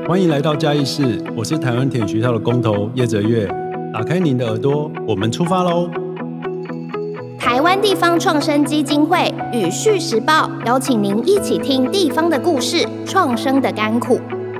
欢迎来到嘉义市，我是台湾田学校的工头叶哲岳。打开您的耳朵，我们出发喽！ 台湾地方创生基金会与旭时报邀请您一起听地方的故事，创生的甘苦。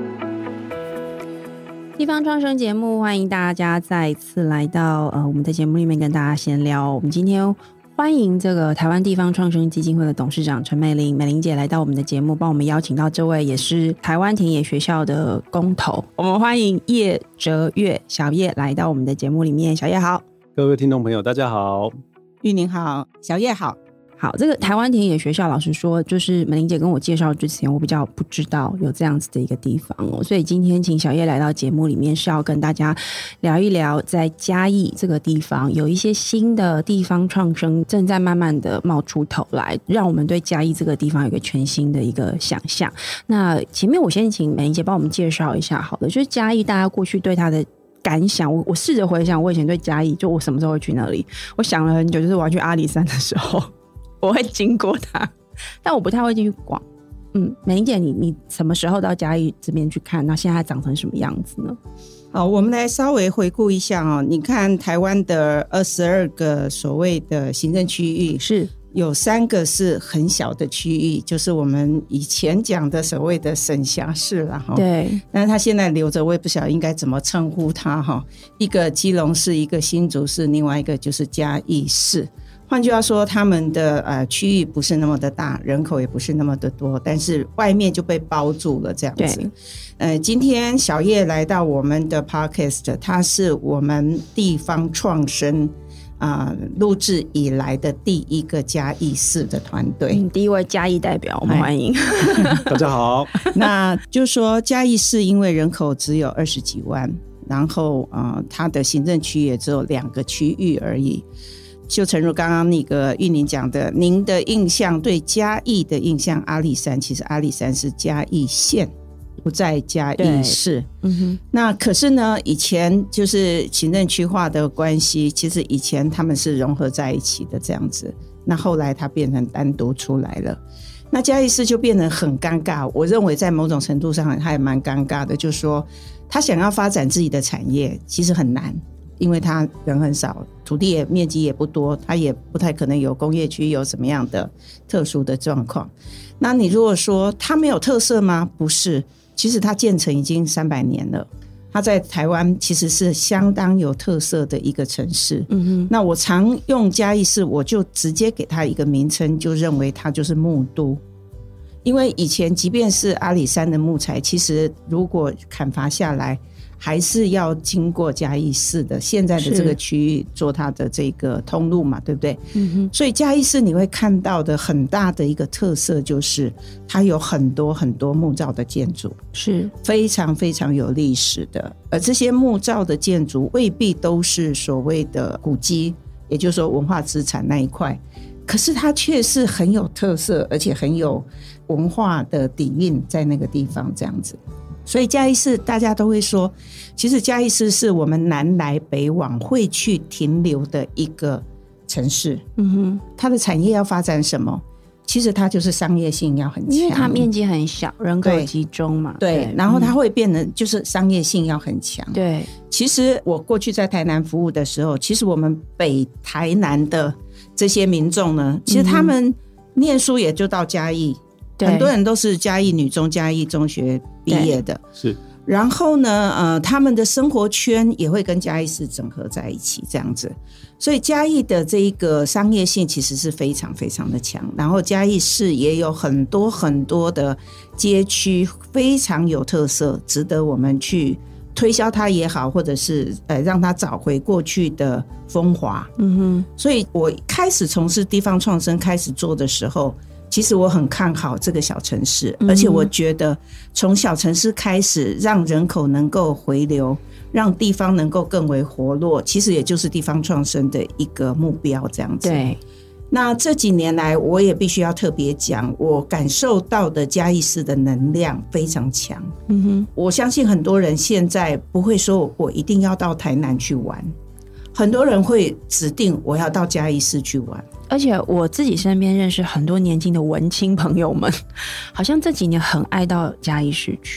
地方创生节目，欢迎大家再次来到我们的节目里面跟大家闲聊。我们今天欢迎这个台湾地方创生基金会的董事长陈美玲，美玲姐来到我们的节目，帮我们邀请到这位也是台湾田野学校的工头，我们欢迎叶哲岳小叶来到我们的节目里面。小叶好。 各位听众朋友大家好。 玉宁好，小叶好。 好，这个台湾田野学校老实说，就是美玲姐跟我介绍之前，我比较不知道有这样子的一个地方哦，所以今天请小叶来到节目里面，是要跟大家聊一聊在嘉义这个地方有一些新的地方创生正在慢慢的冒出头来，让我们对嘉义这个地方有一个全新的一个想象。那前面我先请美玲姐帮我们介绍一下好了，就是嘉义大家过去对它的感想，我试着回想我以前对嘉义，就我什么时候会去那里，我想了很久，就是我要去阿里山的时候我会经过它，但我不太会进去逛。美玲姐你什么时候到嘉义这边去看，那现在长成什么样子呢？ 好，我们来稍微回顾一下哦。你看台湾的22个所谓的行政区域， 是有3个是很小的区域，就是我们以前讲的所谓的省辖市啦。 对， 但是它现在留着，我也不晓得应该怎么称呼它哈。一个基隆市，一个新竹市，另外一个就是嘉义市。换句话说，他们的区域不是那么的大，人口也不是那么的多，但是外面就被包住了这样子。今天小叶来到我们的 podcast， 他是我们地方创生录制以来的第一个嘉义市的团队， 第一位嘉义代表，我们欢迎。 大家好。 那就是说嘉义市因为人口只有20几万，然后它的行政区也只有2个区域而已。就诚如刚刚那个玉宁讲的，您的印象对嘉义的印象，阿里山其实阿里山是嘉义县，不在嘉义市。那可是呢，以前就是行政区划的关系，其实以前他们是融合在一起的这样子。那后来它变成单独出来了，那嘉义市就变得很尴尬。我认为在某种程度上它也蛮尴尬的，就是说他想要发展自己的产业其实很难，因为他人很少，土地也面积也不多，他也不太可能有工业区有什么样的特殊的状况。那你如果说他没有特色吗？不是，其实他建成已经300年了，他在台湾其实是相当有特色的一个城市。那我常用嘉义市，我就直接给他一个名称，就认为它就是木都。因为以前即便是阿里山的木材，其实如果砍伐下来还是要经过嘉义市的现在的这个区域做它的这个通路嘛，对不对？所以嘉义市你会看到的很大的一个特色就是它有很多很多木造的建筑，是非常非常有历史的，而这些木造的建筑未必都是所谓的古迹，也就是说文化资产那一块，可是它却是很有特色，而且很有文化的底蕴在那个地方这样子。所以嘉义市大家都会说，其实嘉义市是我们南来北往会去停留的一个城市。它的产业要发展什么？其实它就是商业性要很强， 因为它面积很小，人口集中嘛。 对，然后它会变得就是商业性要很强。对，其实我过去在台南服务的时候，其实我们北台南的这些民众呢，其实他们念书也就到嘉义，很多人都是嘉义女中、嘉义中学毕业的。是，然后呢他们的生活圈也会跟嘉义市整合在一起这样子，所以嘉义的这一个商业性其实是非常非常的强，然后嘉义市也有很多很多的街区非常有特色，值得我们去推销它也好，或者是让它找回过去的风华。所以我开始从事地方创生开始做的时候，其实我很看好这个小城市，而且我觉得从小城市开始让人口能够回流，让地方能够更为活络，其实也就是地方创生的一个目标这样子。对，那这几年来我也必须要特别讲，我感受到的嘉义市的能量非常强。我相信很多人现在不会说我一定要到台南去玩，很多人会指定我要到嘉义市去玩。 而且我自己身边认识很多年轻的文青朋友们，好像这几年很爱到嘉义市去。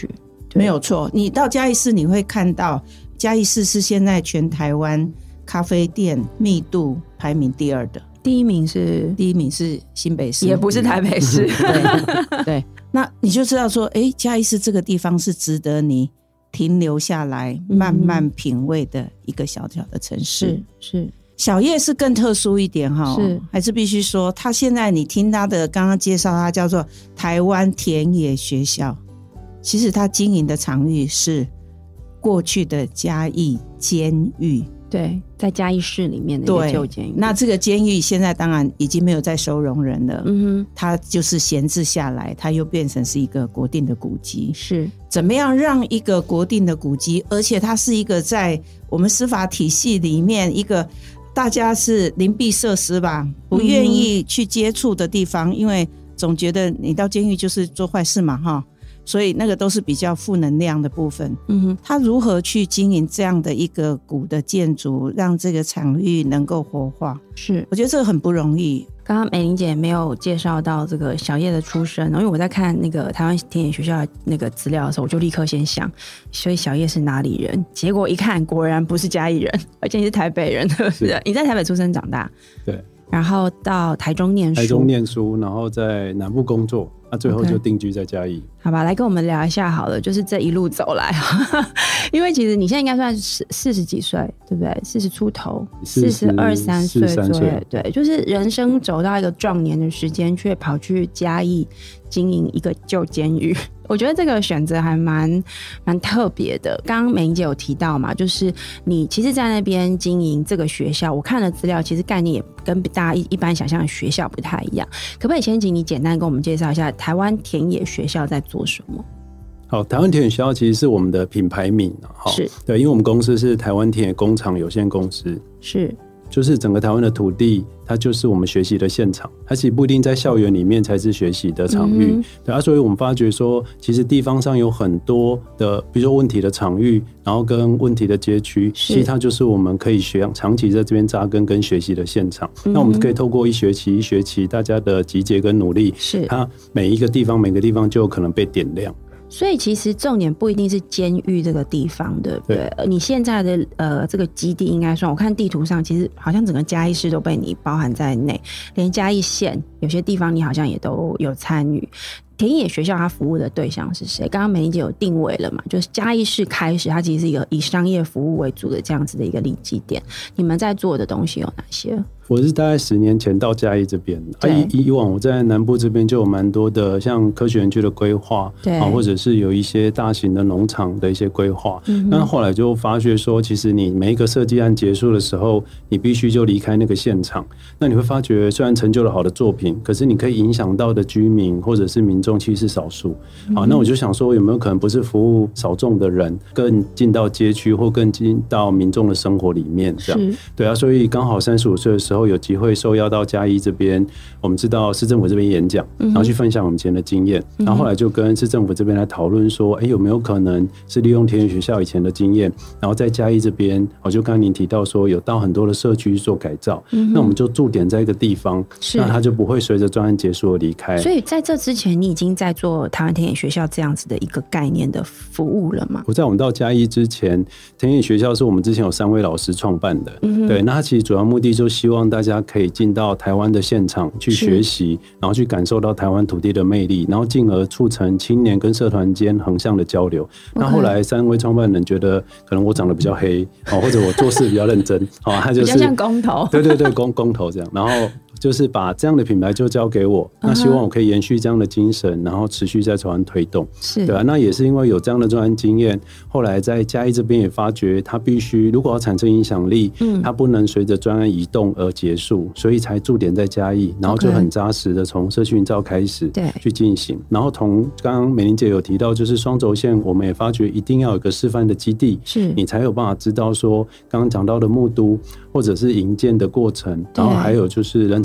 没有错。你到嘉义市你会看到，嘉义市是现在全台湾咖啡店密度排名第2的，第一名是新北市， 也不是台北市。 对，那你就知道说，嘉义市这个地方是值得你停留下来慢慢品味的一个小小的城市。 是小叶是更特殊一点哈，还是必须说，他现在你听他的刚刚介绍，他叫做台湾田野学校。其实他经营的场域是过去的嘉义监狱， 对，在嘉义市里面的一个旧监狱。 那这个监狱现在当然已经没有在收容人了，它就是闲置下来，它又变成是一个国定的古迹。 是怎么样让一个国定的古迹，而且它是一个在我们司法体系里面一个大家是邻避设施吧，不愿意去接触的地方，因为总觉得你到监狱就是做坏事嘛哈，所以那个都是比较负能量的部分。他如何去经营这样的一个古的建筑，让这个场域能够活化， 是我觉得这个很不容易。 刚刚美玲姐没有介绍到这个小叶的出身，因为我在看那个台湾田野学校的那个资料的时候，我就立刻先想，所以小叶是哪里人？结果一看，果然不是嘉义人，而且你是台北人。你在台北出生长大， 对， 然后到台中念书， 然后在南部工作，最后就定居在嘉义。 好吧，来跟我们聊一下好了，就是这一路走来，因为其实你现在应该算40几岁，对不对？40出头，42、43岁左右，对，就是人生走到一个壮年的时间，却跑去嘉义经营一个旧监狱。我觉得这个选择还蛮特别的。刚刚美玲姐有提到嘛，就是你其实在那边经营这个学校，我看了资料，其实概念也跟大家一般想象的学校不太一样。可不可以先请你简单跟我们介绍一下台湾田野学校在做什么？ 好，台湾田野学校其实是我们的品牌名， 是对，因为我们公司是台湾田野工厂有限公司， 是。 就是整个台湾的土地，它就是我们学习的现场，它其实不一定在校园里面才是学习的场域。对所以我们发觉说，其实地方上有很多的，比如说问题的场域，然后跟问题的街区，其实它就是我们可以长期在这边扎根跟学习的现场。那我们可以透过一学期大家的集结跟努力，是它每个地方就有可能被点亮。 所以其实重点不一定是监狱这个地方，对不对？你现在的这个基地应该算，我看地图上其实好像整个嘉义市都被你包含在内，连嘉义县有些地方你好像也都有参与。田野学校它服务的对象是谁？刚刚美玲姐有定位了嘛，就是嘉义市开始它其实是一个以商业服务为主的这样子的一个立基点。你们在做的东西有哪些？ 我是大概10年前到嘉义这边，以往我在南部这边就有蛮多的像科学园区的规划，或者是有一些大型的农场的一些规划。那后来就发觉说，其实你每一个设计案结束的时候，你必须就离开那个现场。那你会发觉，虽然成就了好的作品，可是你可以影响到的居民或者是民众其实是少数。好，那我就想说，有没有可能不是服务少众的人，更进到街区或更进到民众的生活里面？这样对啊，所以刚好35岁的时候有机会受邀到嘉义这边，我们知道市政府这边演讲，然后去分享我们以前的经验，然后后来就跟市政府这边来讨论说，有没有可能是利用田野学校以前的经验，然后在嘉义这边，就刚才您提到说有到很多的社区做改造，那我们就驻点在一个地方，那它就不会随着专案结束而离开。 所以在这之前，你已经在做台湾田野学校这样子的一个概念的服务了吗？ 我在我们到嘉义之前，田野学校是我们之前有3位老师创办的，对，那它其实主要目的就希望大家可以进到台湾的现场去学习，然后去感受到台湾土地的魅力，然后进而促成青年跟社团间横向的交流。那后来3位创办人觉得可能我长得比较黑，或者我做事比较认真，他就是比较像公投， 对，公投这样，然后就是把这样的品牌就交给我，那希望我可以延续这样的精神，然后持续在台湾推动，对啊，那也是因为有这样的专案经验，后来在嘉义这边也发觉，它必须如果要产生影响力，它不能随着专案移动而结束，所以才驻点在嘉义，然后就很扎实的从社区营造开始去进行，然后刚刚美玲姐有提到，就是双轴线，我们也发觉一定要有个示范的基地，你才有办法知道说刚刚讲到的木都或者是营建的过程，然后还有就是人才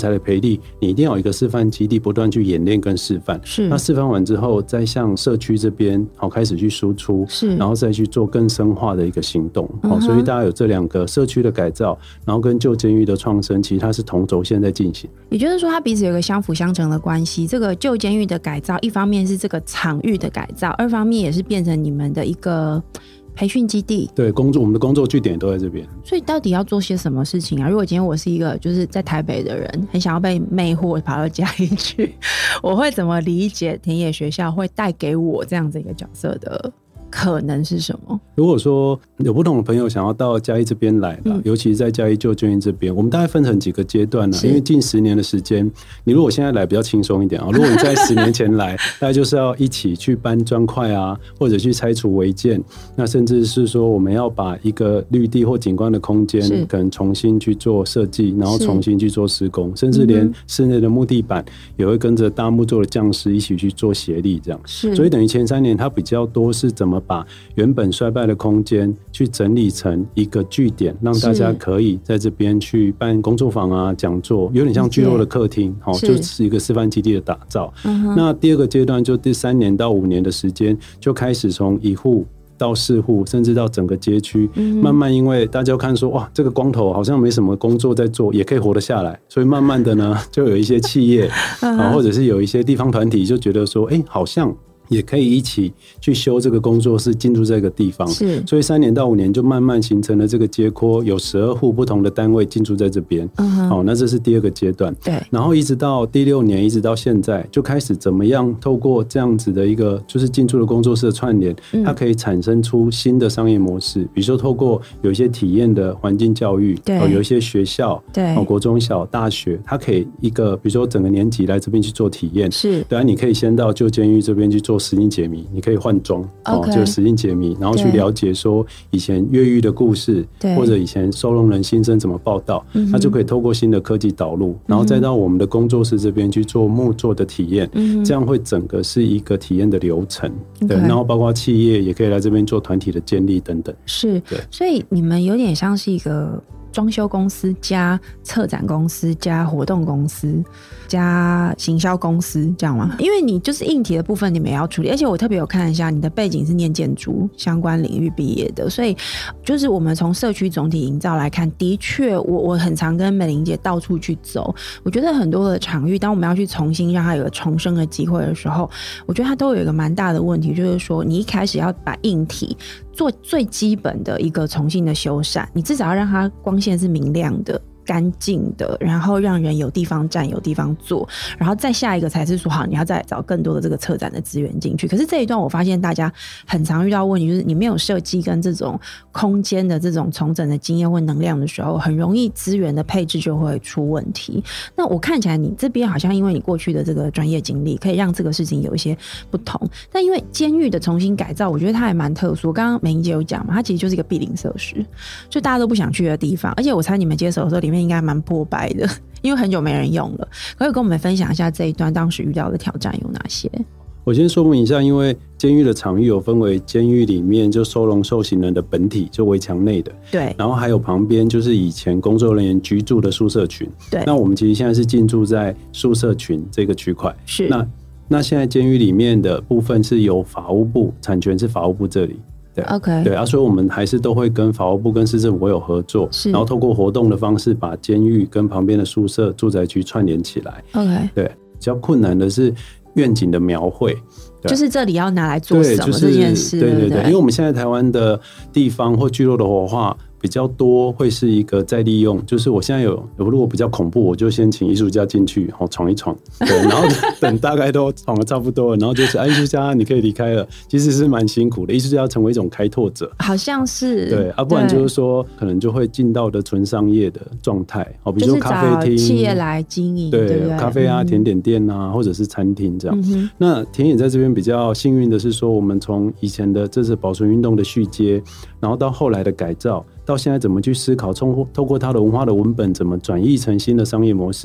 才的培力，你一定要有一个示范基地，不断去演练跟示范。 是， 那示范完之后，再向社区这边开始去输出，是，然后再去做更深化的一个行动。所以大家有这2个社区的改造，然后跟旧监狱的创生，其实它是同轴线在进行。 也就是说，它彼此有一个相辅相成的关系。这个旧监狱的改造，一方面是这个场域的改造，二方面也是变成你们的一个培训基地。 对，我们的工作据点都在这边。 所以到底要做些什么事情啊？如果今天我是一个就是在台北的人，很想要被魅惑跑到嘉义去，我会怎么理解田野学校会带给我这样子一个角色的可能是什么？ 如果说有不同的朋友想要到嘉义这边来尤其是在嘉义旧监狱这边，我们大概分成几个阶段因为近10年的时间，你如果现在来比较轻松一点如果你在10年前来大概就是要一起去搬砖块或者去拆除违建，那甚至是说我们要把一个绿地或景观的空间可能重新去做设计，然后重新去做施工，甚至连室内的木地板也会跟着大木作的匠师一起去做协力这样。所以等于前3年它比较多是怎么把原本衰败的空间去整理成一个据点，让大家可以在这边去办工作坊讲座，有点像聚落的客厅就是一个示范基地的打造。那第2个阶段就第3年到5年的时间，就开始从1户到4户，甚至到整个街区慢慢因为大家看说哇，这个光头好像没什么工作在做，也可以活得下来，所以慢慢的呢就有一些企业或者是有一些地方团体就觉得说好像也可以一起去修这个工作室，进入这个地方。所以3年到5年就慢慢形成了这个街廓，有12户不同的单位进驻在这边。那这是第2个阶段。对，然后一直到第6年，一直到现在，就开始怎么样透过这样子的一个就是进驻的工作室的串联，它可以产生出新的商业模式。比如说透过有一些体验的环境教育，有一些学校，国中小大学，它可以一个比如说整个年级来这边去做体验。对，你可以先到旧监狱这边去做实境解谜，你可以换装就实境解谜，然后去了解说以前越狱的故事，或者以前收容人心声怎么报道，那就可以透过新的科技导入，然后再到我们的工作室这边去做木作的体验，这样会整个是一个体验的流程。对，然后包括企业也可以来这边做团体的建立等等。是，对， 所以你们有点像是一个装修公司加策展公司加活动公司加行销公司，这样吗？因为你就是硬体的部分你们也要处理，而且我特别有看一下你的背景是念建筑相关领域毕业的，所以就是我们从社区总体营造来看，的确我很常跟美玲姐到处去走，我觉得很多的场域当我们要去重新让它有个重生的机会的时候，我觉得它都有一个蛮大的问题，就是说你一开始要把硬体做最基本的一个重新的修缮，你至少要让它光线是明亮的干净的，然后让人有地方站有地方坐，然后再下一个才是说好你要再找更多的这个策展的资源进去。可是这一段我发现大家很常遇到问题，就是你没有设计跟这种空间的这种重整的经验或能量的时候，很容易资源的配置就会出问题。那我看起来你这边好像因为你过去的这个专业经历可以让这个事情有一些不同，但因为监狱的重新改造我觉得它还蛮特殊，刚刚美玲姐有讲嘛，它其实就是一个毗邻设施，就大家都不想去的地方，而且我猜你们接手的时候里面应该蛮破败的，因为很久没人用了。可以跟我们分享一下这一段当时遇到的挑战有哪些？ 我先说明一下，因为监狱的场域有分为监狱里面就收容受刑人的本体，就围墙内的，对，然后还有旁边就是以前工作人员居住的宿舍群，对。那我们其实现在是进驻在宿舍群这个区块，是。那现在监狱里面的部分是由法务部，产权是法务部这里。对 ，OK， 对啊，所以我们还是都会跟法务部跟市政府有合作，然后透过活动的方式把监狱跟旁边的宿舍住宅区串联起来。OK， 对，比较困难的是愿景的描绘， 就是这里要拿来做什么这件事， 对对对，因为我们现在台湾的地方或聚落的活化比较多，会是一个再利用，就是我现在如果比较恐怖，我就先请艺术家进去，闯一闯，对，然后等大概都闯的差不多了，然后就是艺术家你可以离开了，其实是蛮辛苦的，艺术家要成为一种开拓者， 好像是， 对，不然就是说可能就会进到的纯商业的状态，比如说咖啡厅， 企业来经营，对不对？ 咖啡甜点店啊，或者是餐厅这样。那田野在这边比较幸运的是说，我们从以前的这次保存运动的续接，然后到后来的改造，到现在怎么去思考透过它的文化的文本怎么转译成新的商业模式，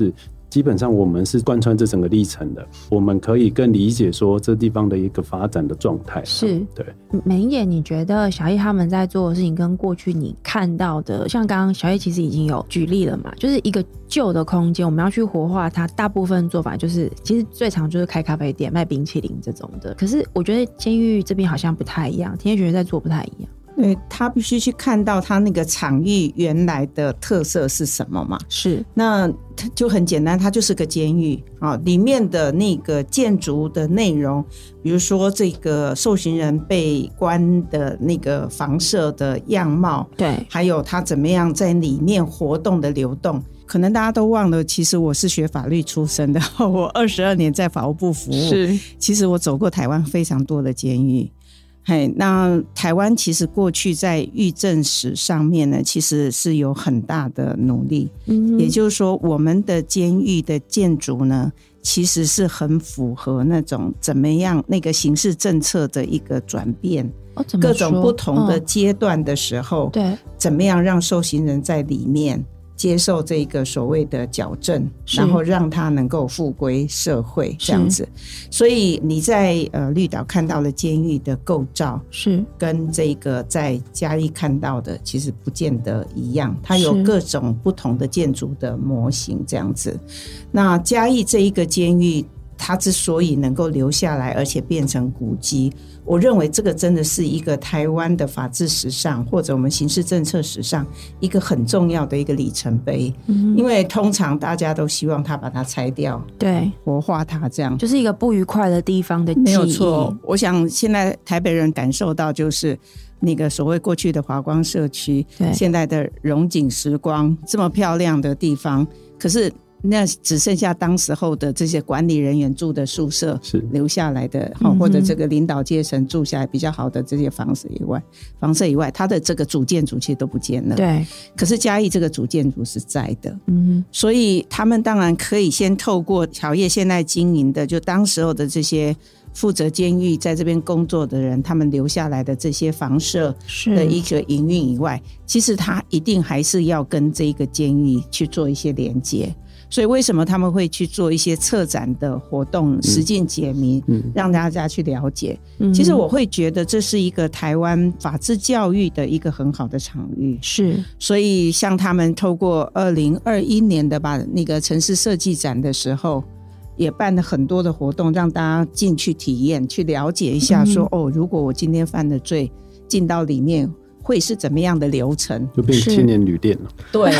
基本上我们是贯穿这整个历程的，我们可以更理解说这地方的一个发展的状态。 是， 对。 美玲姐，你觉得小叶他们在做的事情跟过去你看到的，像刚刚小叶其实已经有举例了嘛，就是一个旧的空间，我们要去活化它，大部分做法就是其实最常就是开咖啡店、卖冰淇淋这种的。可是我觉得监狱这边好像不太一样，田野学院在做不太一样。 对，他必须去看到他那个场域原来的特色是什么嘛？ 是， 那就很简单，它就是个监狱啊，里面的那个建筑的内容，比如说这个受刑人被关的那个房舍的样貌， 对， 还有他怎么样在里面活动的流动。可能大家都忘了，其实我是学法律出身的，我22年在法务部服务， 是， 其实我走过台湾非常多的监狱。那台湾其实过去在狱政史上面呢，其实是有很大的努力，也就是说我们的监狱的建筑呢，其实是很符合那种怎么样那个刑事政策的一个转变，各种不同的阶段的时候，对，怎么样让受刑人在里面接受这个所谓的矫正，然后让他能够复归社会这样子。所以你在绿岛看到的监狱的构造是跟这个在嘉义看到的其实不见得一样，它有各种不同的建筑的模型这样子。那嘉义这一个监狱它之所以能够留下来而且变成古迹，我认为这个真的是一个台湾的法治史上或者我们刑事政策史上一个很重要的一个里程碑，因为通常大家都希望他把它拆掉，对，活化它，这样就是一个不愉快的地方的记忆。 没有错，我想现在台北人感受到就是那个所谓过去的华光社区，现在的荣景时光这么漂亮的地方，可是那只剩下当时候的这些管理人员住的宿舍留下来的，或者这个领导阶层住下来比较好的这些房舍以外，它的这个主建筑其实都不见了。对，可是嘉义这个主建筑是在的，所以他们当然可以先透过小叶现在经营的，就当时候的这些负责监狱在这边工作的人，他们留下来的这些房舍的一个营运以外，其实他一定还是要跟这个监狱去做一些连接。所以为什么他们会去做一些策展的活动，实境解谜，让大家去了解，其实我会觉得这是一个台湾法治教育的一个很好的场域。是，所以像他们透过2021年的吧那个城市设计展的时候，也办了很多的活动，让大家进去体验，去了解一下说，如果我今天犯了罪进到里面会是怎么样的流程， 就变青年旅店了。 对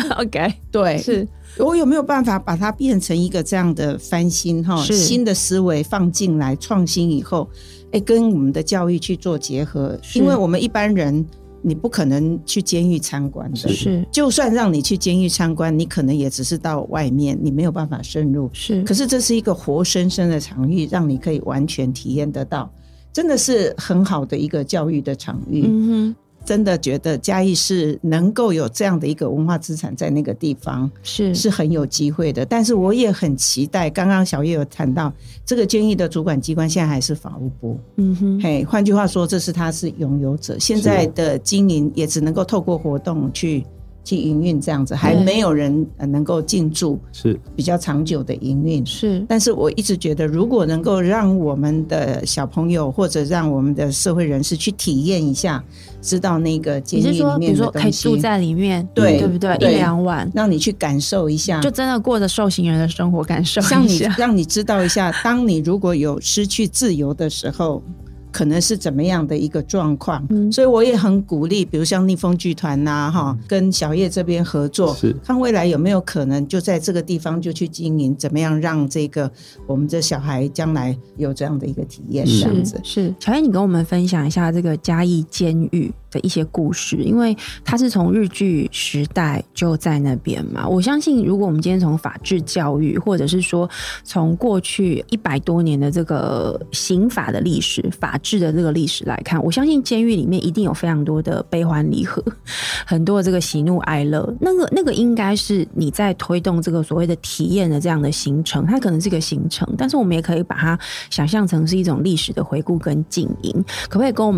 OK 对，是我有没有办法把它变成一个这样的翻新，新的思维放进来，创新以后跟我们的教育去做结合。因为我们一般人你不可能去监狱参观的，是，就算让你去监狱参观，你可能也只是到外面，你没有办法深入。是，可是这是一个活生生的场域，让你可以完全体验得到，真的是很好的一个教育的场域。真的觉得嘉义市能够有这样的一个文化资产在那个地方是很有机会的。但是我也很期待，刚刚小叶有谈到这个监狱的主管机关现在还是法务部，换句话说这是他是拥有者，现在的经营也只能够透过活动去营运这样子，还没有人能够进驻是比较长久的营运。是，但是我一直觉得如果能够让我们的小朋友或者让我们的社会人士去体验一下，知道那个监狱里面的东西， 比如说可以住在里面，对不对？1-2晚让你去感受一下， 就真的过着受刑人的生活，感受一下， 让你知道一下当你如果有失去自由的时候可能是怎么样的一个状况。所以我也很鼓励比如像逆风剧团跟小叶这边合作，看未来有没有可能就在这个地方就去经营，怎么样让这个我们的小孩将来有这样的一个体验。这样子是小叶，你跟我们分享一下这个嘉义监狱的一些故事，因为它是从日据时代就在那边嘛。我相信如果我们今天从法治教育，或者是说从过去100多年的这个刑法的历史、法治的这个历史来看，我相信监狱里面一定有非常多的悲欢离合，很多的这个喜怒哀乐，那个应该是你在推动这个所谓的体验的这样的行程，它可能是一个行程，但是我们也可以把它想象成是一种历史的回顾跟经营。可不可以跟我们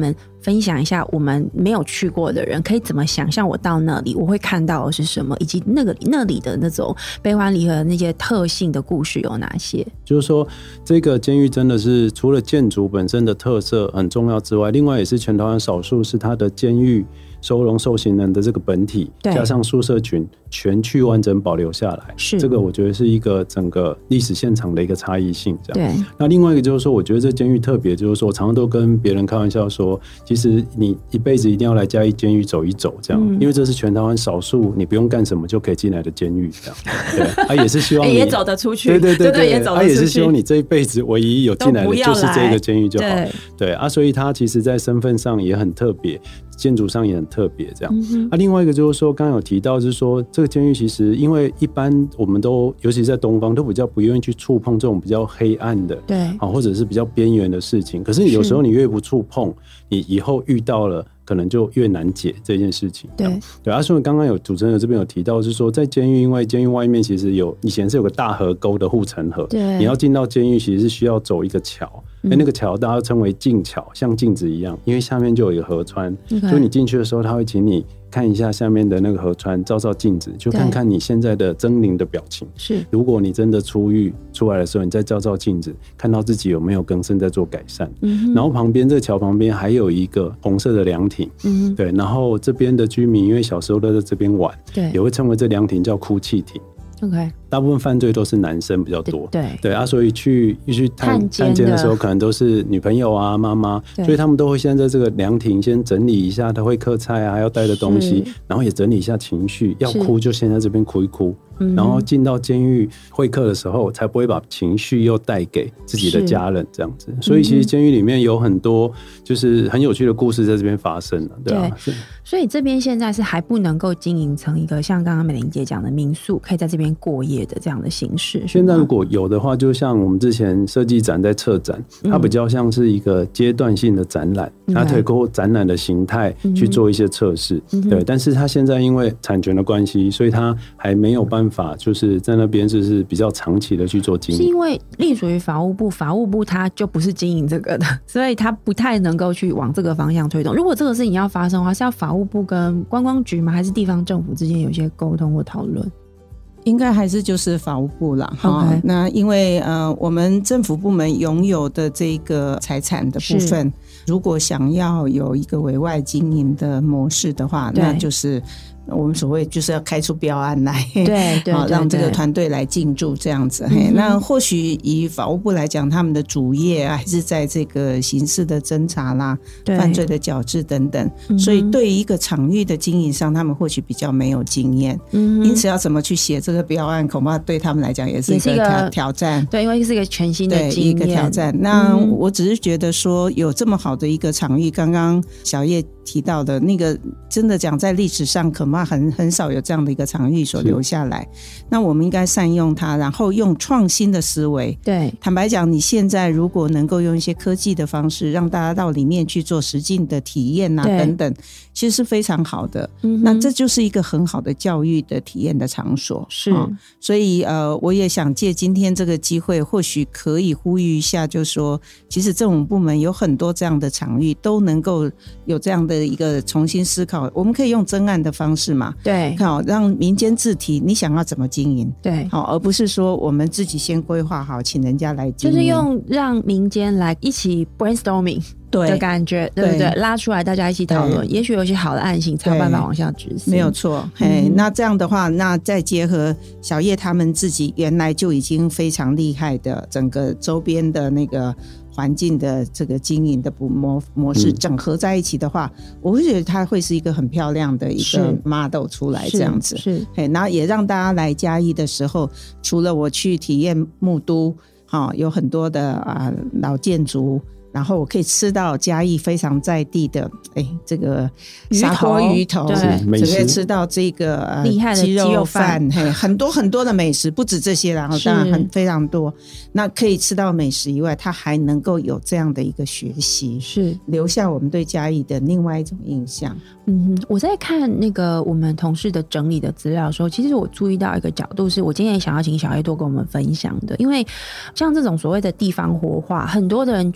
分享一下我们没有去过的人可以怎么想象我到那里我会看到的是什么，以及那里的那种悲欢离合的那些特性的故事有哪些？ 就是说这个监狱真的是除了建筑本身的特色很重要之外，另外也是全台湾少数是它的监狱收容受刑人的这个本体加上宿舍群全区完整保留下来，是这个我觉得是一个整个历史现场的一个差异性这样。对，那另外一个就是说我觉得这监狱特别，就是说我常常都跟别人开玩笑说，其实你一辈子一定要来嘉义监狱走一走这样，因为这是全台湾少数你不用干什么就可以进来的监狱这样。对，也是希望你也走得出去， 对， 也走得出去， 也是希望你这一辈子唯一有进来的就是这个监狱就好。对，所以他其实在身份上也很特别，建筑上也很特别这样。另外一个就是说刚刚有提到就是说这个监狱其实因为一般我们都尤其在东方都比较不愿意去触碰这种比较黑暗的，对，或者是比较边缘的事情，可是有时候你越不触碰，你以后遇到了可能就越难解这件事情。对，所以刚刚有主持人这边有提到是说在监狱，因为监狱外面其实以前是有个大河沟的护城河，你要进到监狱其实是需要走一个桥，那个桥大家称为镜桥，像镜子一样，因为下面就有一个河川，所以你进去的时候他会请你看一下下面的那个河川，照照镜子，就看看你现在的狰狞的表情。是，如果你真的出狱出来的时候，你再照照镜子，看到自己有没有更生在做改善。然后旁边这个桥旁边还有一个红色的凉亭，对，然后这边的居民因为小时候都在这边玩，对，也会称为这凉亭叫哭泣亭。OK， 大部分犯罪都是男生比较多，对，所以去探监的时候，可能都是女朋友啊、妈妈，所以他们都会先在这个凉亭先整理一下他会客菜啊、要带的东西，然后也整理一下情绪，要哭就先在这边哭一哭，然后进到监狱会客的时候，才不会把情绪又带给自己的家人这样子。所以其实监狱里面有很多就是很有趣的故事在这边发生了，对啊。 所以这边现在是还不能够经营成一个像刚刚美玲姐讲的民宿，可以在这边过夜的这样的形式。 现在如果有的话，就像我们之前设计展在策展，它比较像是一个阶段性的展览，它可以通过展览的形态去做一些测试，对。但是它现在因为产权的关系，所以它还没有办法就是在那边就是比较长期的去做经营。 是因为隶属于法务部它就不是经营这个的，所以它不太能够去往这个方向推动。如果这个事情要发生的话，是要法务部跟观光局吗？还是地方政府之间有一些沟通或讨论？ 应该还是就是法务部啦。Okay. 那因为我们政府部门拥有的这个财产的部分，如果想要有一个委外经营的模式的话，那就是我们所谓就是要开出标案来，对，让这个团队来进驻这样子。那或许以法务部来讲，他们的主业还是在这个刑事的侦查啦、犯罪的矫治等等，所以对于一个场域的经营上，他们或许比较没有经验，因此要怎么去写这个标案，恐怕对他们来讲也是一个挑战。 对，因为是一个全新的经验， 一个挑战。那我只是觉得说，有这么好的一个场域，刚刚小叶提到的那个，真的讲在历史上恐怕很少有这样的一个场域所留下来。那我们应该善用它，然后用创新的思维。对，坦白讲，你现在如果能够用一些科技的方式，让大家到里面去做实境的体验啊等等，其实是非常好的。那这就是一个很好的教育的体验的场所。是，所以我也想借今天这个机会，或许可以呼吁一下，就是说，其实政府部门有很多这样的场域，都能够有这样的一个重新思考。我们可以用增案的方式嘛，对，好，让民间自提你想要怎么经营，对，好，而不是说我们自己先规划好，请人家来经营， 就是用让民间来一起 brainstorming的感觉， 对不对？拉出来大家一起讨论，也许有一些好的案型才有办法往下执行。 没有错。那这样的话，那再结合小叶他们自己原来就已经非常厉害的整个周边的那个环境的这个经营的模式整合在一起的话，我会觉得它会是一个很漂亮的一个 model 出来这样子。是，然后也让大家来嘉义的时候，除了我去体验木都，有很多的老建筑，然后我可以吃到嘉义非常在地的这个砂锅鱼头，只可以吃到这个厉害的鸡肉饭， 很多很多的美食，不止这些，然后当然非常多。那可以吃到美食以外，它还能够有这样的一个学习，是留下我们对嘉义的另外一种印象。 我在看那个我们同事的整理的资料的时候，其实我注意到一个角度，是我今天也想要请小叶多跟我们分享的。因为像这种所谓的地方活化，很多的人去他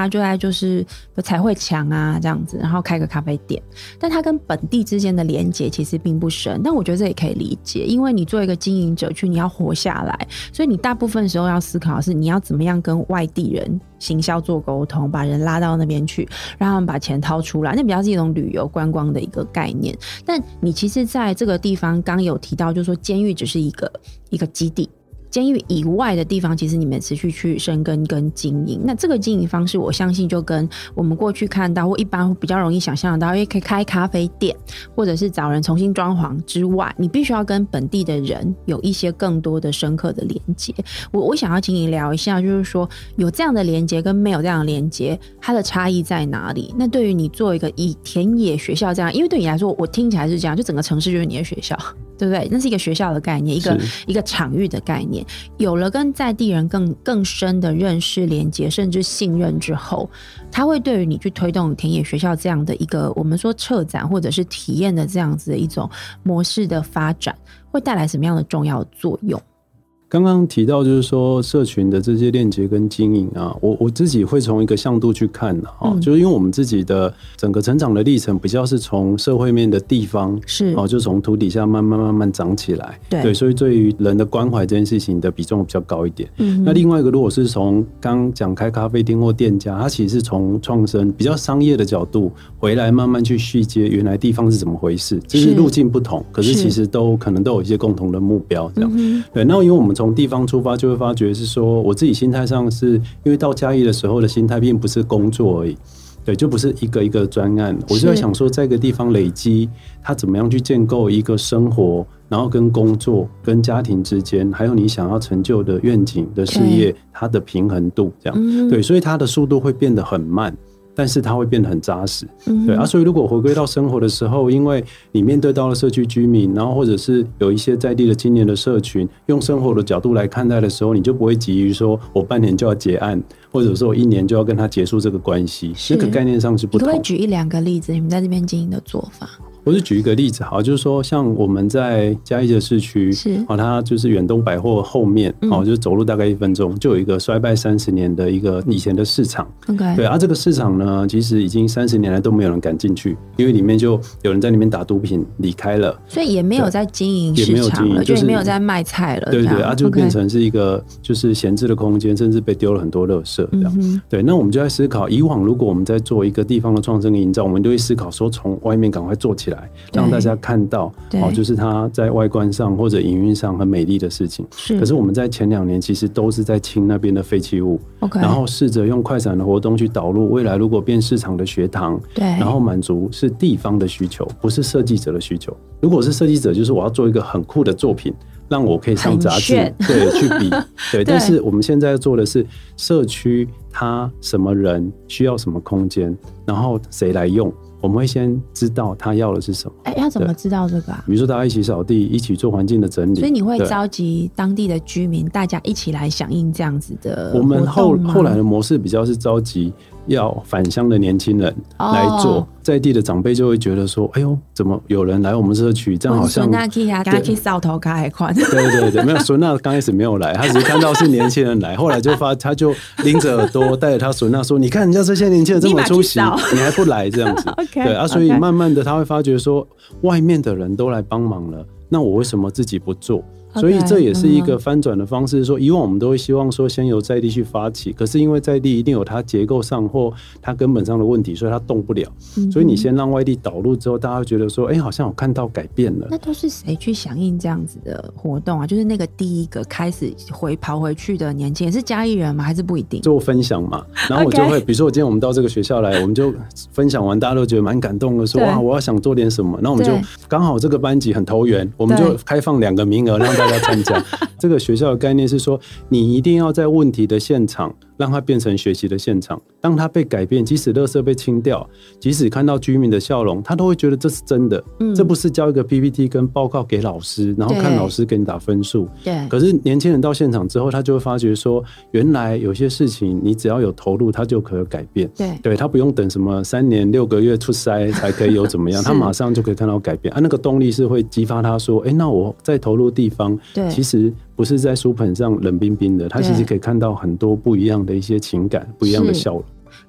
啊，就在就是彩绘墙啊这样子，然后开个咖啡店，但它跟本地之间的连结其实并不深。但我觉得这也可以理解，因为你做一个经营者去，你要活下来，所以你大部分时候要思考的是你要怎么样跟外地人行销做沟通，把人拉到那边去，让他们把钱掏出来，那比较是一种旅游观光的一个概念。但你其实在这个地方刚有提到，就是说监狱只是一个基地，监狱以外的地方其实你们持续去深耕跟经营。那这个经营方式我相信就跟我们过去看到或一般比较容易想象得到，因为可以开咖啡店或者是找人重新装潢之外，你必须要跟本地的人有一些更多的深刻的连结。我想要请你聊一下，就是说有这样的连结跟没有这样的连结它的差异在哪里。那对于你做一个以田野学校这样，因为对你来说我听起来是这样，就整个城市就是你的学校，对不对？那是一个学校的概念，一个场域的概念，有了跟在地人更深的认识、连结，甚至信任之后，它会对于你去推动田野学校这样的一个我们说策展或者是体验的这样子的一种模式的发展，会带来什么样的重要的作用？ 刚刚提到就是说社群的这些链接跟经营啊，我自己会从一个向度去看就是因为我们自己的整个成长的历程比较是从社会面的地方是就从土底下慢慢长起来，对，所以对于人的关怀这件事情的比重比较高一点。那另外一个如果是从刚刚讲开咖啡厅或店家，它其实是从创生比较商业的角度回来慢慢去续接原来地方是怎么回事，就是路径不同，可是其实可能都有一些共同的目标这样。对，那因为我们从地方出发，就会发觉是说，我自己心态上是因为到嘉义的时候的心态，并不是工作而已，对，就不是一个一个专案，我就在想说，在一个地方累积，它怎么样去建构一个生活，然后跟工作、跟家庭之间，还有你想要成就的愿景的事业，它的平衡度，这样，对，所以它的速度会变得很慢。但是它会变得很扎实，对啊，所以如果回归到生活的时候，因为你面对到了社区居民，然后或者是有一些在地的青年的社群，用生活的角度来看待的时候，你就不会急于说我半年就要结案，或者说我1年就要跟他结束这个关系，那个概念上是不同。 你可不可以举1、2个例子，你们在这边经营的做法？ 我是举一个例子好，就是说像我们在嘉义的市区，它就是远东百货后面，就是走路大概1分钟就有一个衰败30年的一个以前的市场。对啊，这个市场呢，其实已经30年来都没有人敢进去，因为里面就有人在里面打毒品离开了，所以也没有在经营市场了，就也没有在卖菜了。 对对啊，就变成是一个就是闲置的空间，甚至被丢了很多垃圾这样。对，那我们就在思考，以往如果我们在做一个地方的创生营造，我们就会思考说，从外面赶快做起来。让大家看到就是它在外观上或者营运上很美丽的事情。可是我们在前2年其实都是在清那边的废弃物，然后试着用快闪的活动去导入未来如果变市场的学堂，然后满足是地方的需求，不是设计者的需求。如果是设计者，就是我要做一个很酷的作品，让我可以上杂志，对，去比，对。但是我们现在做的是社区，它什么人需要什么空间，然后谁来用。我们会先知道他要的是什么。 要怎么知道这个啊？ 比如说大家一起扫地，一起做环境的整理， 所以你会召集当地的居民，大家一起来响应这样子的活动吗？ 我们后来的模式比较是召集要返乡的年轻人来做，在地的长辈就会觉得说，哎呦，怎么有人来我们社区？这样好像孙子刚去扫头卡还宽。 对，没有孙子刚开始没有来，他只是看到是年轻人来，后来他就拎着耳朵带着他孙子说，你看人家这些年轻人这么出席，你还不来这样子。对啊，所以慢慢的他会发觉说，外面的人都来帮忙了，那我为什么自己不做？所以这也是一个翻转的方式，说以往我们都会希望说先由在地去发起，可是因为在地一定有它结构上或它根本上的问题，所以它动不了。所以你先让外地导入之后，大家会觉得说，好像有看到改变了。 那都是谁去响应这样子的活动啊？就是那个第一个开始跑回去的年轻人是嘉义人吗？还是不一定？ 做分享嘛，然后我就会，比如说我今天我们到这个学校来，我们就分享完，大家都觉得蛮感动的，说哇，我要想做点什么，那我们就刚好这个班级很投缘，我们就开放2个名额让大家参加。这个学校的概念是说，你一定要在问题的现场让它变成学习的现场。当它被改变，即使垃圾被清掉，即使看到居民的笑容，他都会觉得这是真的。这不是交一个 PPT 跟报告给老师，然后看老师给你打分数。可是年轻人到现场之后，他就会发觉说，原来有些事情你只要有投入，它就可以改变。对，他不用等什么3年6个月出筛才可以有怎么样，他马上就可以看到改变。那个动力是会激发他说，那我在投入地方，其实不是在书本上冷冰冰的，他其实可以看到很多不一样的一些情感，不一样的笑容。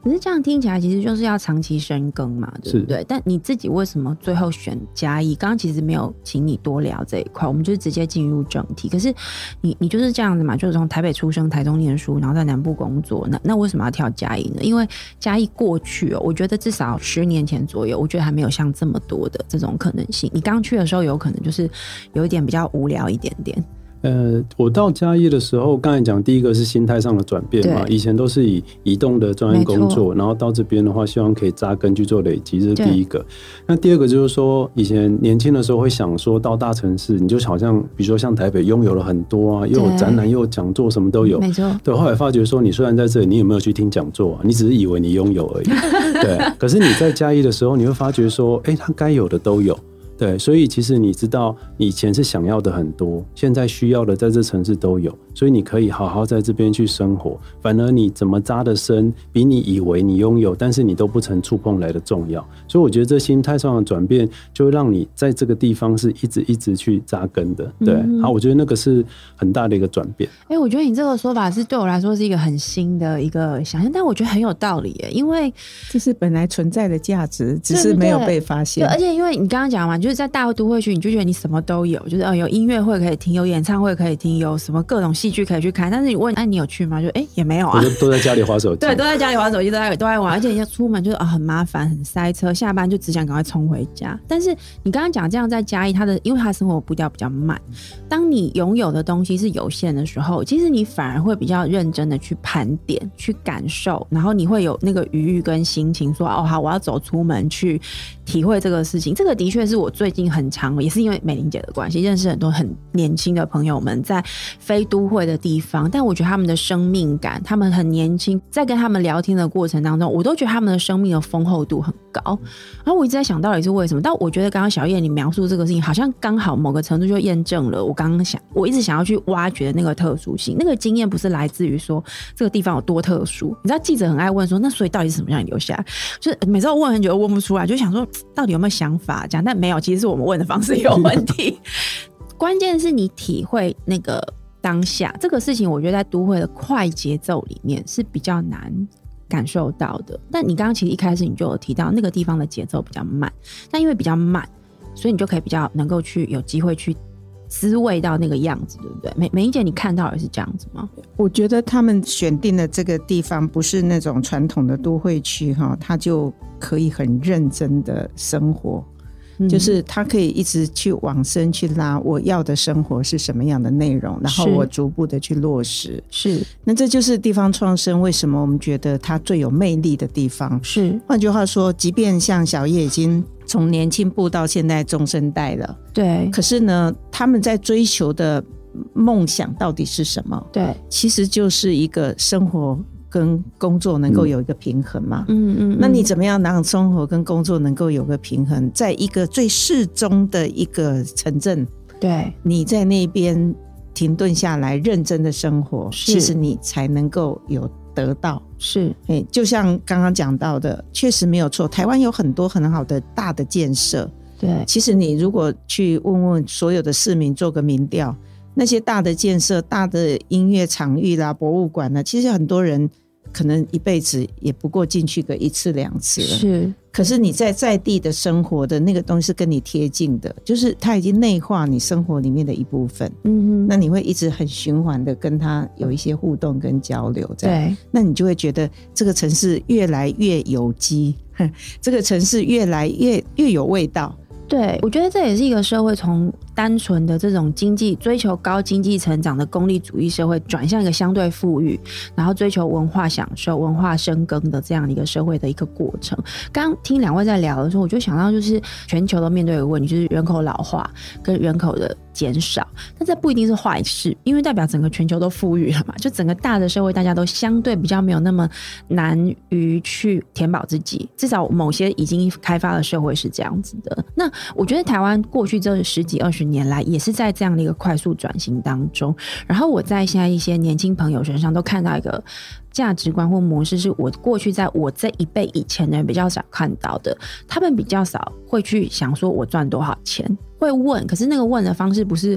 可是这样听起来其实就是要长期深耕嘛，对不对？但你自己为什么最后选嘉义？刚刚其实没有请你多聊这一块，我们就直接进入正题。可是你就是这样子嘛，就是从台北出生，台中念书，然后在南部工作，那为什么要跳嘉义呢？因为嘉义过去我觉得至少10年前左右，我觉得还没有像这么多的这种可能性。你刚去的时候有可能就是有一点比较无聊一点点。 我到嘉义的时候，刚才讲第一个是心态上的转变嘛，以前都是以移动的专案工作，然后到这边的话，希望可以扎根去做累积，这是第一个。那第二个就是说，以前年轻的时候会想说到大城市，你就好像比如说像台北拥有了很多啊，又有展览又有讲座，什么都有， 没错。 对，后来发觉说，你虽然在这里，你有没有去听讲座啊？你只是以为你拥有而已，对。可是你在嘉义的时候，你会发觉说，他该有的都有。对，所以其实你知道，你以前是想要的很多，现在需要的在这城市都有，所以你可以好好在这边去生活。反而你怎么扎得深，比你以为你拥有，但是你都不曾触碰来的重要。所以我觉得这心态上的转变，就会让你在这个地方是一直去扎根的。对，好，我觉得那个是很大的一个转变。 我觉得你这个说法是对我来说是一个很新的一个想象，但我觉得很有道理耶，因为这是本来存在的价值，只是没有被发现。 对，而且因为你刚刚讲嘛，就是在大都会区，你就觉得你什么都有，就是有音乐会可以听，有演唱会可以听，有什么各种戏剧可以去看。但是你问，你有去吗？就也没有啊， 都在家里滑手机。 对，都在家里滑手机，都在玩，而且要出门就是很麻烦，很塞车，下班就只想赶快冲回家。但是你刚刚讲这样在嘉义，因为他的生活步调比较慢，当你拥有的东西是有限的时候，其实你反而会比较认真的去盘点、去感受，然后你会有那个余裕跟心情说，好，我要走出门去体会这个事情。这个的确是我最近很常，也是因为美玲姐的关系，认识很多很年轻的朋友们在非都会的地方，但我觉得他们的生命感，他们很年轻，在跟他们聊天的过程当中，我都觉得他们的生命的丰厚度很高。然后我一直在想到底是为什么，但我觉得刚刚小叶你描述这个事情，好像刚好某个程度就验证了我一直想要去挖掘的那个特殊性。那个经验不是来自于说这个地方有多特殊，你知道记者很爱问说，那所以到底是什么让你留下来？就是每次我问很久都问不出来，就想说到底有没有想法这样，但没有，其实是我们问的方式有问题。关键是你体会那个当下这个事情，我觉得在都会的快节奏里面是比较难感受到的。但你刚刚其实一开始你就有提到那个地方的节奏比较慢，但因为比较慢，所以你就可以比较能够去有机会去滋味到那个样子，对不对？美玲姐你看到也是这样子吗？ 我觉得他们选定的这个地方不是那种传统的都会区，他就可以很认真的生活，就是他可以一直去往深去拉我要的生活是什么样的内容，然后我逐步的去落实。 是， 那这就是地方创生为什么我们觉得它最有魅力的地方。 是， 换句话说，即便像小叶已经从年轻部到现在中生代了， 对， 可是呢，他们在追求的梦想到底是什么？ 对， 其实就是一个生活跟工作能够有一个平衡嘛。那你怎么样让生活跟工作能够有个平衡？在一个最适中的一个城镇， 对， 你在那边停顿下来认真的生活，其实你才能够有得到。 是， 就像刚刚讲到的，确实没有错，台湾有很多很好的大的建设。 对， 其实你如果去问问所有的市民做个民调，那些大的建设，大的音乐场域啦、博物馆啦，其实很多人可能一辈子也不过进去个1次2次了。 是， 可是你在地的生活的那个东西是跟你贴近的，就是它已经内化你生活里面的一部分。那你会一直很循环的跟它有一些互动跟交流。对，那你就会觉得这个城市越来越有机，这个城市越来越有味道。 对，我觉得这也是一个社会从单纯的这种经济追求高经济成长的功利主义社会转向一个相对富裕，然后追求文化享受、文化深耕的这样的一个社会的一个过程。刚刚听两位在聊的时候，我就想到就是全球都面对一个问题，就是人口老化跟人口的减少。但这不一定是坏事，因为代表整个全球都富裕了嘛，就整个大的社会大家都相对比较没有那么难于去填饱自己，至少某些已经开发的社会是这样子的。那我觉得台湾过去这10几20年来也是在这样的一个快速转型当中，然后我在现在一些年轻朋友身上都看到一个价值观或模式，是我过去在我这一辈以前的人比较少看到的。他们比较少会去想说我赚多少钱，会问，可是那个问的方式不是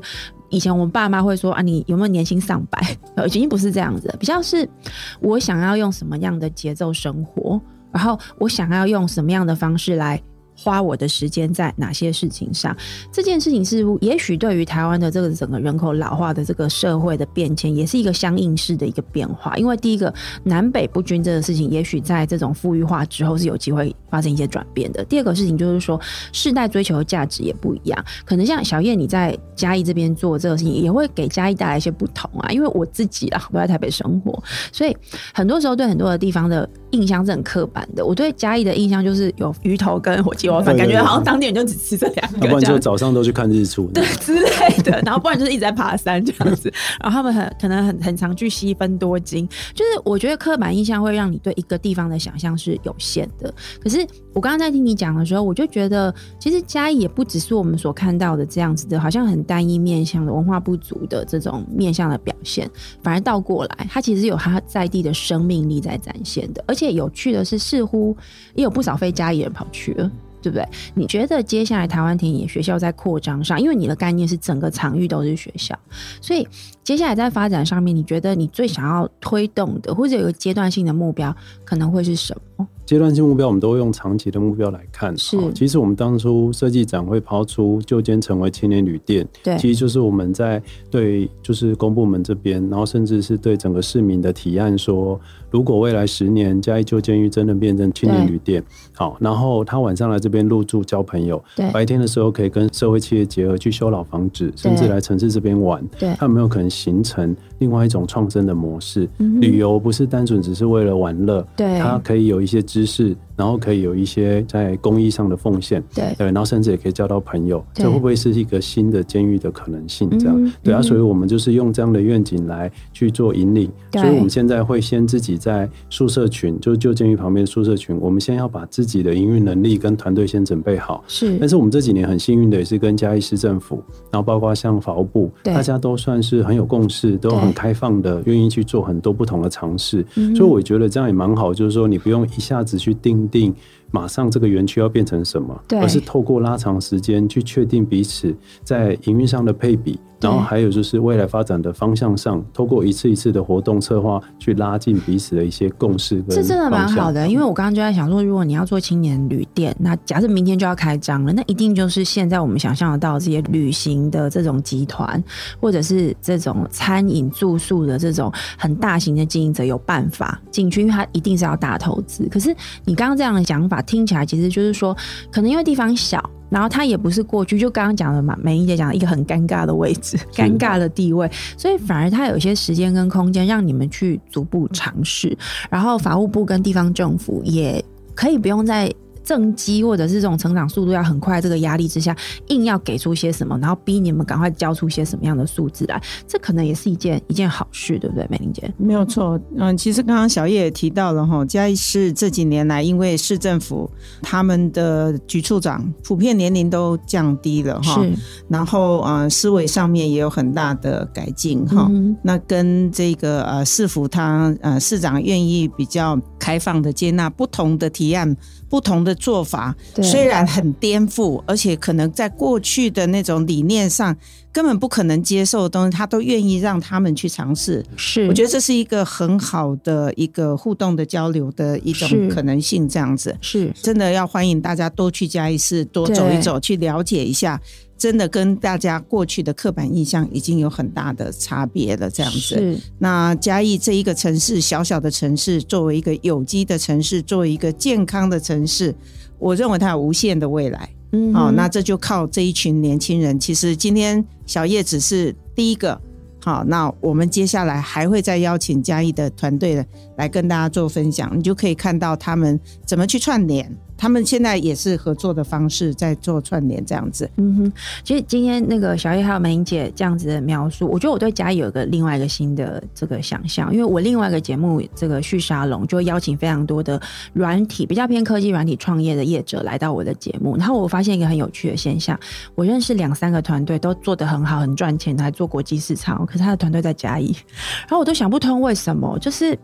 以前我们爸妈会说啊，你有没有年薪上百？已经不是这样子，比较是我想要用什么样的节奏生活，然后我想要用什么样的方式来花我的时间在哪些事情上。这件事情是也许对于台湾的这个整个人口老化的这个社会的变迁也是一个相应式的一个变化，因为第一个南北不均这个事情也许在这种富裕化之后是有机会发生一些转变的。第二个事情就是说世代追求的价值也不一样，可能像小叶你在嘉义这边做这个事情也会给嘉义带来一些不同啊，因为我自己都在台北生活，所以很多时候对很多的地方的印象是很刻板的。我对嘉义的印象就是有鱼头跟火鸡肉饭，感觉好像当地人就只吃这两个， 要不然就早上都去看日出对之类的，然后不然就是一直在爬山这样子然后他们可能很常去西分多金，就是我觉得刻板印象会让你对一个地方的想象是有限的。可是我刚刚在听你讲的时候，我就觉得其实嘉义也不只是我们所看到的这样子的好像很单一面向的文化不足的这种面向的表现，反而倒过来它其实有它在地的生命力在展现的。而且有趣的是似乎也有不少非嘉义人跑去了，对不对？你觉得接下来台湾田野学校在扩张上，因为你的概念是整个场域都是学校，所以接下来在发展上面你觉得你最想要推动的或者有一个阶段性的目标可能会是什么？ 阶段性目标我们都会用长期的目标来看。是，其实我们当初设计展会抛出旧监成为青年旅店，对，其实就是我们在对就是公部门这边，然后甚至是对整个市民的提案说，如果未来10年嘉义旧监狱真的变成青年旅店，好，然后他晚上来这边入住交朋友，白天的时候可以跟社会企业结合去修老房子，甚至来城市这边玩，他有没有可能形成另外一种创生的模式？旅游不是单纯只是为了玩乐，它可以有一些知识，然后可以有一些在公益上的奉献，对，然后甚至也可以交到朋友，这会不会是一个新的监狱的可能性？这样，对啊，所以我们就是用这样的愿景来去做引领。所以我们现在会先自己在宿舍群，就是旧监狱旁边的宿舍群，我们先要把自己的营运能力跟团队先准备好。是，但是我们这几年很幸运的也是跟嘉义市政府，然后包括像法务部，大家都算是很有共识，都很开放的，愿意去做很多不同的尝试。所以我觉得这样也蛮好，就是说你不用一下子去定马上这个园区要变成什么，而是透过拉长时间去确定彼此在营运上的配比，然后还有就是未来发展的方向上，透过一次一次的活动策划去拉近彼此的一些共识跟方向。这真的蛮好的，因为我刚刚就在想说，如果你要做青年旅店，那假设明天就要开张了，那一定就是现在我们想象得到这些旅行的这种集团，或者是这种餐饮住宿的这种很大型的经营者有办法进去，因为它一定是要大投资。可是你刚刚这样的讲法听起来其实就是说，可能因为地方小，然后它也不是过去就刚刚讲的嘛，美玲姐讲的一个很尴尬的位置，尴尬的地位，所以反而它有一些时间跟空间让你们去逐步尝试，然后法务部跟地方政府也可以不用在政绩或者是这种成长速度要很快这个压力之下硬要给出些什么，然后逼你们赶快交出些什么样的数字来，这可能也是一件好事，对不对？美玲姐没有错。其实刚刚小叶也提到了嘉义市这几年来因为市政府他们的局处长普遍年龄都降低了，是，然后思维上面也有很大的改进，那跟这个市府他市长愿意比较开放的接纳不同的提案不同的做法，虽然很颠覆，而且可能在过去的那种理念上根本不可能接受的东西，他都愿意让他们去尝试。是，我觉得这是一个很好的一个互动的交流的一种可能性，这样子是真的要欢迎大家多去嘉义市多走一走，去了解一下，真的跟大家过去的刻板印象已经有很大的差别了，这样子。那嘉义这一个城市，小小的城市，作为一个有机的城市，作为一个健康的城市，我认为它有无限的未来。那这就靠这一群年轻人。其实今天小叶只是第一个，好，那我们接下来还会再邀请嘉义的团队来跟大家做分享，你就可以看到他们怎么去串联，他们现在也是合作的方式在做串联这样子。 其实今天那个小叶还有美玲姐这样子的描述，我觉得我对嘉义有另外一个新的这个想象，因为我另外一个节目这个旭沙龙就会邀请非常多的软体比较偏科技软体创业的业者来到我的节目，然后我发现一个很有趣的现象，我认识2-3个团队都做得很好很赚钱，还做国际市场，可是他的团队在嘉义，然后我都想不通为什么，就是怎么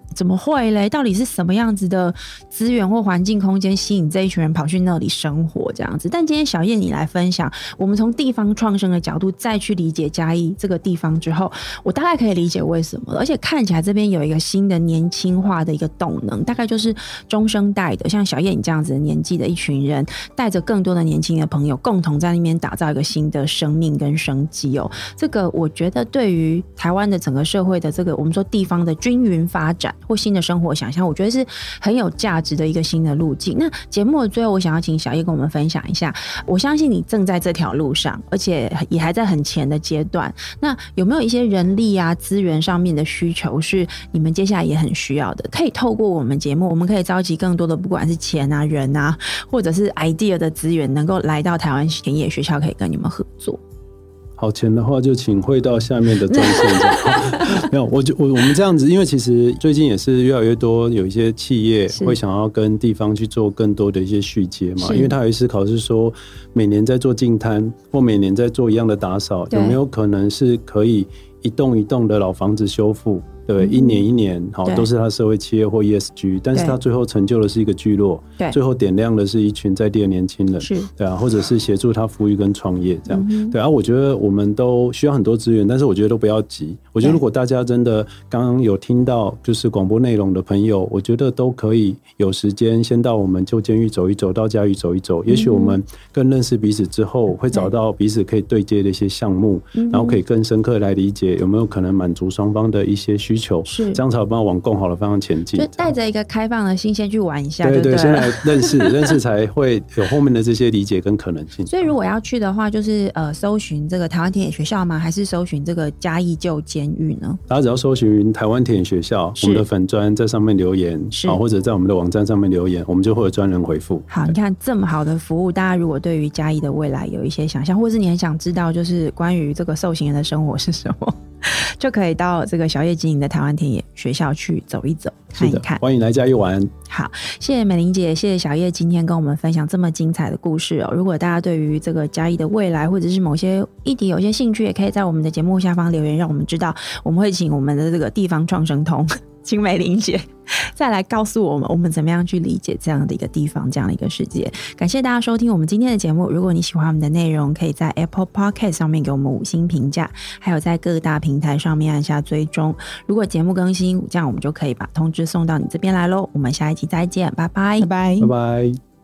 会嘞，到底是什么样子的资源或环境空间吸引这一群人跑去那里生活这样子？但今天小叶你来分享，我们从地方创生的角度再去理解嘉义这个地方之后，我大概可以理解为什么了。而且看起来这边有一个新的年轻化的一个动能，大概就是中生代的，像小叶你这样子的年纪的一群人，带着更多的年轻的朋友，共同在那边打造一个新的生命跟生机哦。这个我觉得对于台湾的整个社会的这个我们说地方的均匀发展或新的生活想象，我觉得是很有价值的一个新的路径。那节目的最后，我想要请小叶跟我们分享一下，我相信你正在这条路上，而且也还在很前的阶段。那有没有一些人力啊资源上面的需求是你们接下来也很需要的？可以透过我们节目，我们可以召集更多的不管是钱啊人啊，或者是 idea 的资源，能够来到台湾田野学校，可以跟你们合作。 好，钱的话就请汇到下面的专线。没有，我们这样子，因为其实最近也是越来越多有一些企业会想要跟地方去做更多的一些续接嘛，因为他有思考是说，每年在做净滩或每年在做一样的打扫，有没有可能是可以一栋一栋的老房子修复？对，一年一年好，都是他社会企业或 ESG， 但是他最后成就的是一个聚落，最后点亮的是一群在地的年轻人，对啊，或者是协助他富裕跟创业这样，对啊，我觉得我们都需要很多资源，但是我觉得都不要急。我觉得如果大家真的刚刚有听到就是广播内容的朋友，我觉得都可以有时间先到我们旧监狱走一走，到嘉义走一走，也许我们更认识彼此之后，会找到彼此可以对接的一些项目，然后可以更深刻来理解有没有可能满足双方的一些需求，这样才有办法往更好的方向前进。 就带着一个开放的心先去玩一下， 对对，先来认识认识，才会有后面的这些理解跟可能性。 所以如果要去的话，就是搜寻这个台湾田野学校吗？还是搜寻这个嘉义旧监狱呢？ 大家只要搜寻台湾田野学校，我们的粉专在上面留言，或者在我们的网站上面留言，我们就会有专人回复。 好，你看这么好的服务，大家如果对于嘉义的未来有一些想象，或是你很想知道就是关于这个受刑人的生活是什么，就可以到这个小叶经营的台湾田野学校去走一走，看一看。 欢迎来嘉义玩。 好，谢谢美玲姐，谢谢小叶今天跟我们分享这么精彩的故事哦。如果大家对于这个嘉义的未来或者是某些议题有些兴趣，也可以在我们的节目下方留言，让我们知道。我们会请我们的这个地方创生通请美玲姐再来告诉我们怎么样去理解这样的一个地方，这样的一个世界。感谢大家收听我们今天的节目，如果你喜欢我们的内容，可以在 Apple Podcast 上面给我们5星评价，还有在各大平台上面按下追踪。如果节目更新，这样我们就可以把通知送到你这边来咯。我们下一集再见，拜拜， 拜拜。